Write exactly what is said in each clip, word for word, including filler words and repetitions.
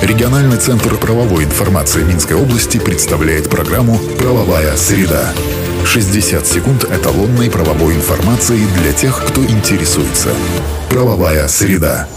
Региональный центр правовой информации Минской области представляет программу «Правовая среда». шестьдесят секунд эталонной правовой информации для тех, кто интересуется. «Правовая среда».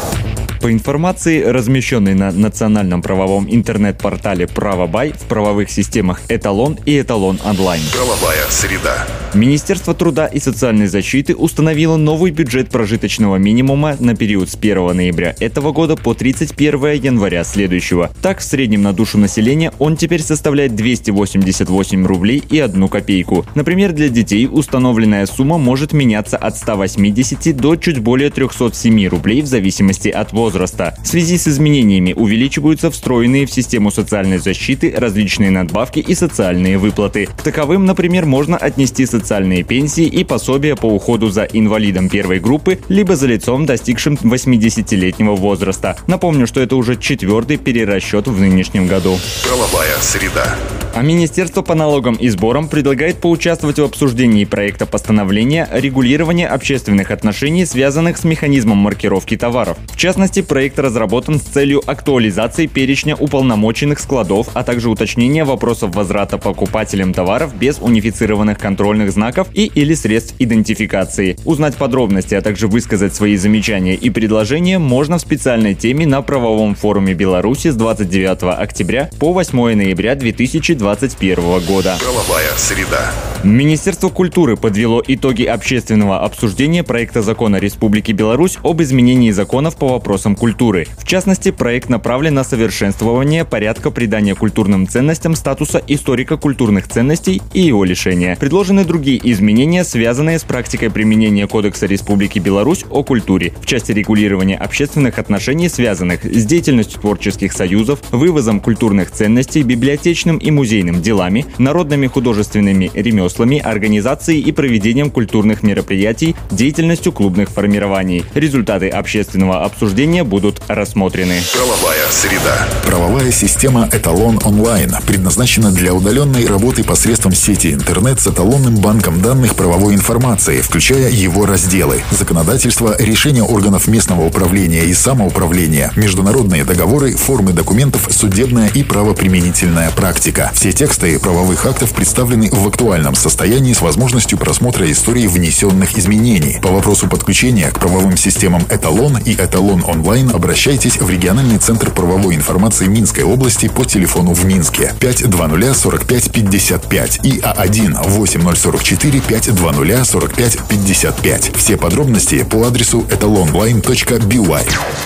По информации, размещенной на национальном правовом интернет-портале «Правобай», в правовых системах «Эталон» и «Эталон онлайн». Правовая среда. Министерство труда и социальной защиты установило новый бюджет прожиточного минимума на период с первого ноября этого года по тридцать первого января следующего. Так, в среднем на душу населения он теперь составляет двести восемьдесят восемь рублей и одну копейку. Например, для детей установленная сумма может меняться от ста восьмидесяти до чуть более трехсот семи рублей в зависимости от возраста. Возраста. В связи с изменениями увеличиваются встроенные в систему социальной защиты различные надбавки и социальные выплаты. К таковым, например, можно отнести социальные пенсии и пособия по уходу за инвалидом первой группы, либо за лицом, достигшим восьмидесятилетнего возраста. Напомню, что это уже четвертый перерасчет в нынешнем году. Правовая среда. А Министерство по налогам и сборам предлагает поучаствовать в обсуждении проекта постановления регулирования общественных отношений, связанных с механизмом маркировки товаров. В частности, проект разработан с целью актуализации перечня уполномоченных складов, а также уточнения вопросов возврата покупателям товаров без унифицированных контрольных знаков и или средств идентификации. Узнать подробности, а также высказать свои замечания и предложения можно в специальной теме на правовом форуме Беларуси с двадцать девятого октября по восьмое ноября две тысячи двадцать первого года. Правовая среда. Министерство культуры подвело итоги общественного обсуждения проекта закона Республики Беларусь об изменении законов по вопросам культуры. В частности, проект направлен на совершенствование порядка придания культурным ценностям статуса историко-культурных ценностей и его лишения. Предложены другие изменения, связанные с практикой применения Кодекса Республики Беларусь о культуре в части регулирования общественных отношений, связанных с деятельностью творческих союзов, вывозом культурных ценностей, библиотечным и музейным делами, народными художественными ремеслами, организацией и проведением культурных мероприятий, деятельностью клубных формирований. Результаты общественного обсуждения будут рассмотрены. Правовая среда. Правовая система «Эталон онлайн» предназначена для удаленной работы посредством сети интернет с эталонным банком данных правовой информации, включая его разделы: законодательство, решения органов местного управления и самоуправления, международные договоры, формы документов, судебная и правоприменительная практика. Все тексты правовых актов представлены в актуальном состоянии с возможностью просмотра истории внесенных изменений. По вопросу подключения к правовым системам «Эталон» и «Эталон онлайн» обращайтесь в региональный центр правовой информации Минской области по телефону в Минске пять двадцать сорок пять пятьдесят пять и А один восемь ноль сорок четыре пять двадцать сорок пять пятьдесят пять. Все подробности по адресу эталонлайн точка би уай.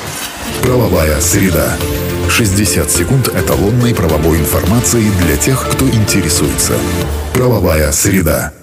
Правовая среда. шестьдесят секунд эталонной правовой информации для тех, кто интересуется. Правовая среда.